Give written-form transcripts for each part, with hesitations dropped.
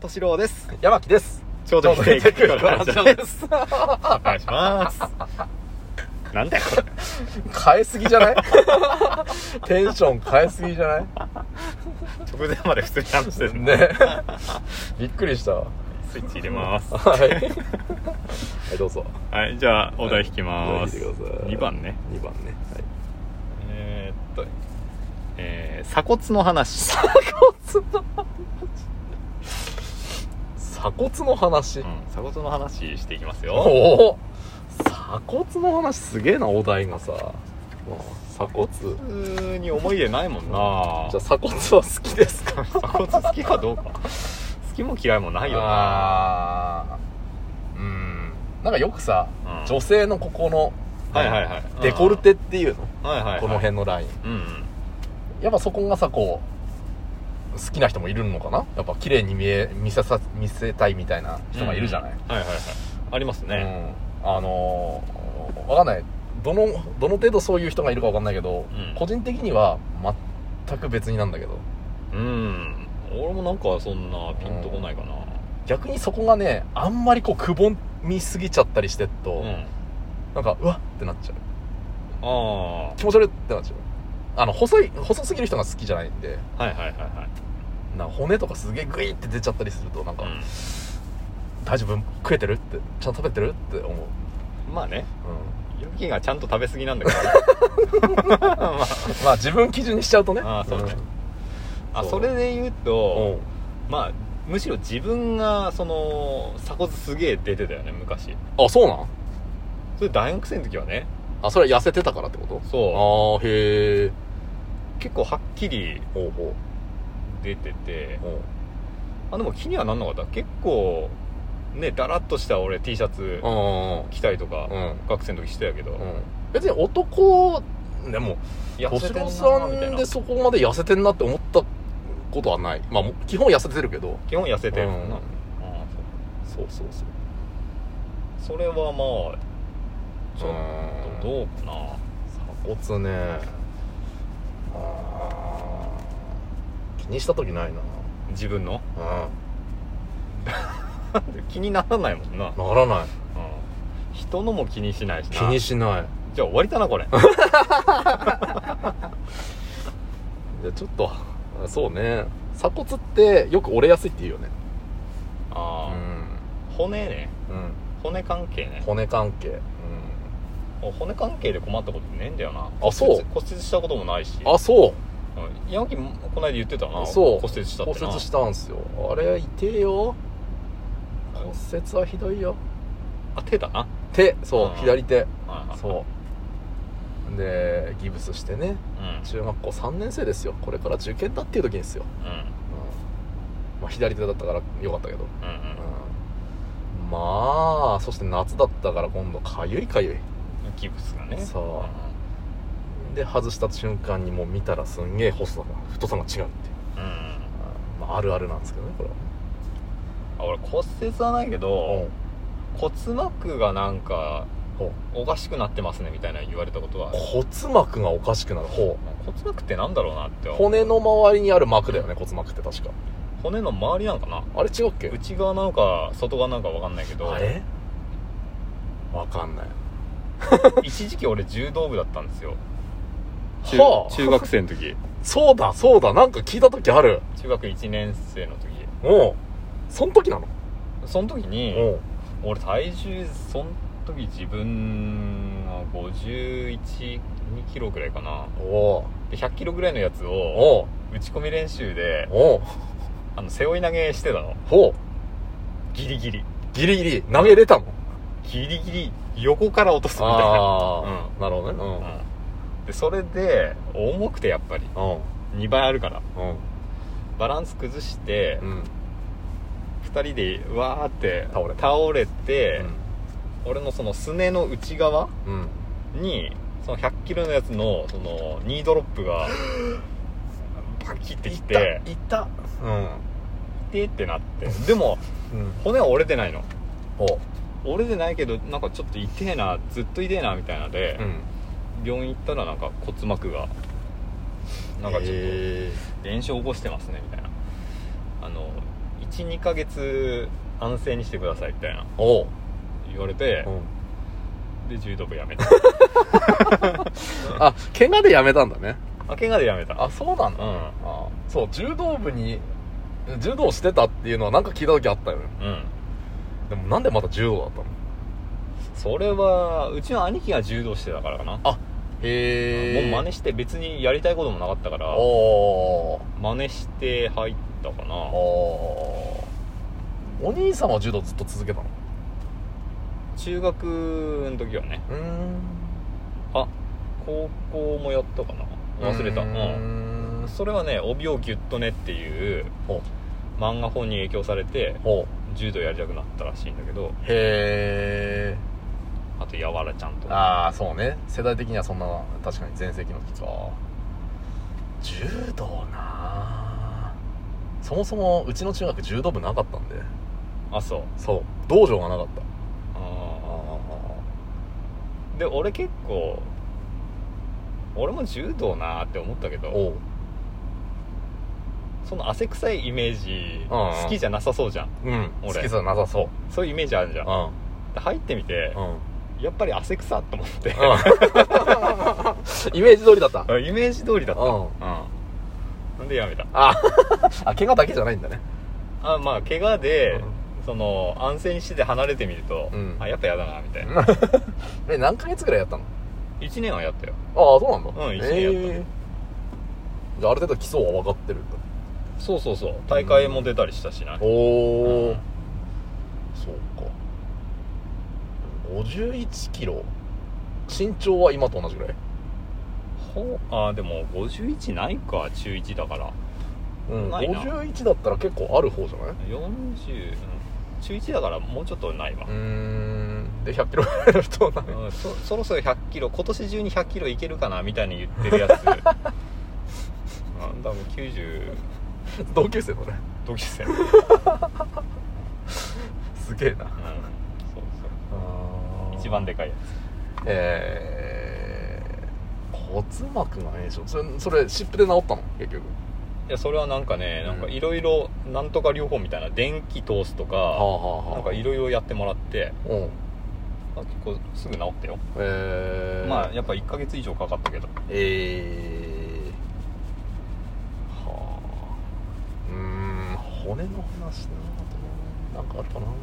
敏郎です。 山木です。 ちょうどいいテイクからラジオです。お願いします。なんだよこれ。 変えすぎじゃない？テンション変えすぎじゃない？ 直前まで普通に話してるね。びっくりした。 スイッチ入れます。 はい。はい、どうぞ。 はい、じゃあお題引きます。2番ね。 2番ね。はい、 鎖骨の話。 鎖骨の話、 鎖骨の話していきますよ。 おお、鎖骨の話すげえな、お題がさ。鎖骨普通に思い出ないもんな。 じゃあ鎖骨は好きですか？ 鎖骨好きかどうか。好きも嫌いもないよな。 なんかよくさ、女性のここのデコルテっていうの、この辺のライン、やっぱそこがさ、こう好きな人もいるのかな。やっぱ綺麗に見せたいみたいな人がいるじゃない。 ありますね。 わかんない、どの程度そういう人がいるかわかんないけど、個人的には全く別になんだけど、 俺もなんかそんなピンとこないかな。 逆にそこがね、あんまりこうくぼみすぎちゃったりしてっと、なんかうわってなっちゃう。気持ち悪いってなっちゃう。細すぎる人が好きじゃないんで、なんか骨とかすげえグイって出ちゃったりすると、なんか、大丈夫、食えてるって、ちゃんと食べてるって思う。 まあね、ユキがちゃんと食べ過ぎなんだけどまあ自分基準にしちゃうとね。 それで言うと、まあむしろ自分がその鎖骨すげえ出てたよね、昔。 あ、そうなん？ それ大学生の時はね。 あ、それは痩せてたからってこと？ そう。 へえ。 結構はっきり出てて、でも気にはなんなかった。結構ね、ダラッとした俺 T シャツ着たりとか、学生の時してたけど、 別に男でも敏郎さんでそこまで痩せてんなって思ったことはない。まあ基本痩せてるけど。 基本痩せてるもんな。 そう。 それはまあちょっとどうかな。 鎖骨ね、気にした時ないな、 自分の。気にならないもんな。 ならない。 人のも気にしないしな。 気にしない。 じゃあ終わりだなこれ。じゃあちょっとそうね、鎖骨ってよく折れやすいって言うよね。 骨ね。骨関係ね。 骨関係。 骨関係で困ったことねえんだよな。 あ、そう。 骨折したこともないし。 あ、そう。 ヤンキーこの間言ってたな。 そう。 骨折したってな。 骨折したんすよ。あれ痛えよ。骨折はひどいよ。 手だな。 手、そう、左手。そうでギブスしてね、中学校3年生ですよ。これから受験だっていう時ですよ。まあ左手だったからよかったけど、まあそして夏だったから今度かゆいギブスがね。 そうで外した瞬間にもう見たらすんげえ太さが違うっていう、まああるあるなんですけどね、これは。 俺骨折はないけど、骨膜がなんかおかしくなってますねみたいな言われたことはある。 骨膜がおかしくなる。 骨膜ってなんだろうなって。 骨の周りにある膜だよね、骨膜って確か。 骨の周りなのかな。 あれ違うっけ？ 内側なのか外側なのか分かんないけど。 あれ分かんない。 一時期俺柔道部だったんですよ。中学生の時。 そうだなんか聞いた時ある。 中学1年生の時。 そん時なの？その時に俺体重そん時自分が51、2キロぐらいかな。で100キロぐらいのやつを打ち込み練習で背負い投げしてたの。ギリギリ投げれたの？ ギリギリ横から落とすみたいな。 なるほどね。 でそれで重くてやっぱり2倍あるから、バランス崩して、2人でわーって倒れて、俺のそのすねの内側にその100キロのやつのそのニードロップがバキってきて、 痛ってなって。でも、骨は折れてないの。折れてないけどなんかちょっと痛えな、ずっと痛えなみたいなので、病院行ったらなんか骨膜がなんかちょっと炎症起こしてますねみたいな。 12ヶ月安静にしてくださいみたいな言われて、で柔道部やめたあ、怪我でやめたんだね。 怪我でやめた。 あ、そうなんだ、そう、柔道部に柔道してたっていうのはなんか聞いた時あったよね。でもなんでまた柔道だったの？ それはうちの兄貴が柔道してたからかな。 あ、へえ。 もう真似して、別にやりたいこともなかったから真似して入ったかな。 お兄さんは柔道ずっと続けたの？ 中学の時はね。あ、高校もやったかな、忘れた。それはね、帯をギュッとねっていう漫画本に影響されて柔道やりたくなったらしいんだけど。 へえ。 あとやわらちゃんと、 ああ、そうね、世代的にはそんな、確かに全盛期の時か。柔道な、そもそもうちの中学柔道部なかったんで。 あ、そう道場がなかった。 で、俺結構俺も柔道なーって思ったけど、その汗臭いイメージ好きじゃなさそうじゃん。 俺好きじゃなさそう。 そういうイメージあるじゃん。入ってみて、やっぱり汗臭と思ってイメージ通りだった。 イメージ通りだった。なんでやめた。 怪我だけじゃないんだね。 まあ怪我で、その安静にして離れてみると、やっぱやだなみたいな何ヶ月ぐらいやったの ？1年はやったよ。 そうなんだ。 1年やった。 じゃあある程度基礎は分かってるんだ。 そう大会も出たりしたしな。 そうか。51キロ。身長は今と同じぐらい？ でも51ないか、中1だから。 ないな。51だったら結構ある方じゃない？ 40、中1だからもうちょっとないわ。 で100キロぐらいの人なの。 そろそろ100キロ、今年中に100キロいけるかなみたいに言ってるやつ多分90。 同級生だね。 同級生すげえな。 一番でかいやつ。 骨膜が炎症。それ湿布で治ったの結局？ いや、それはなんかね、なんかいろいろなんとか療法みたいな、電気通すとか、なんかいろいろやってもらって、結構すぐ治ったよ。まあやっぱ1ヶ月以上かかったけど。 骨の話なんかあったな。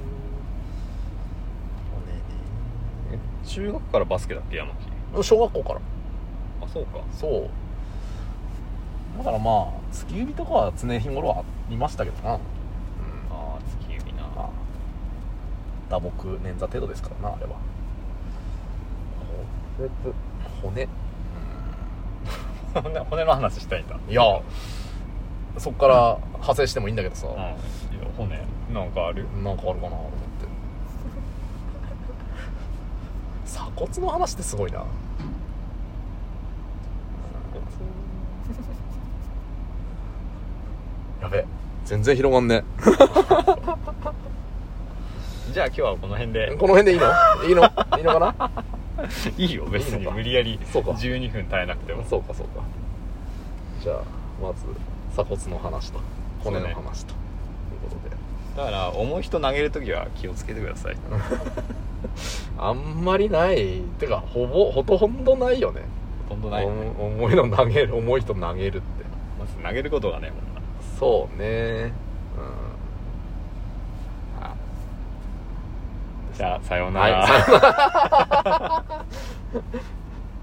中学からバスケだっけ、山木？ 小学校から。 そうか。 そうだからまあ月指とかは常日頃はありましたけどな。 月指な。 打撲捻挫程度ですからな、あれは。 骨の話したいんだ。 いや、そっから派生してもいいんだけどさ。 骨なんかあるかなと思って。鎖骨の話ってすごいな。やべ、全然広がんね。 じゃあ今日はこの辺で。 この辺でいいのかな。 いいよ、別に無理やり12分耐えなくても。 そうか。じゃあまず鎖骨の話と骨の話ということで。 だから重い人投げるときは気をつけてください。 あんまりない。てかほとんどないよね。 ほとんどない、ね。 重い人投げるって。 まず投げることがね、もうな。 そうね。 じゃあさようなら。 はい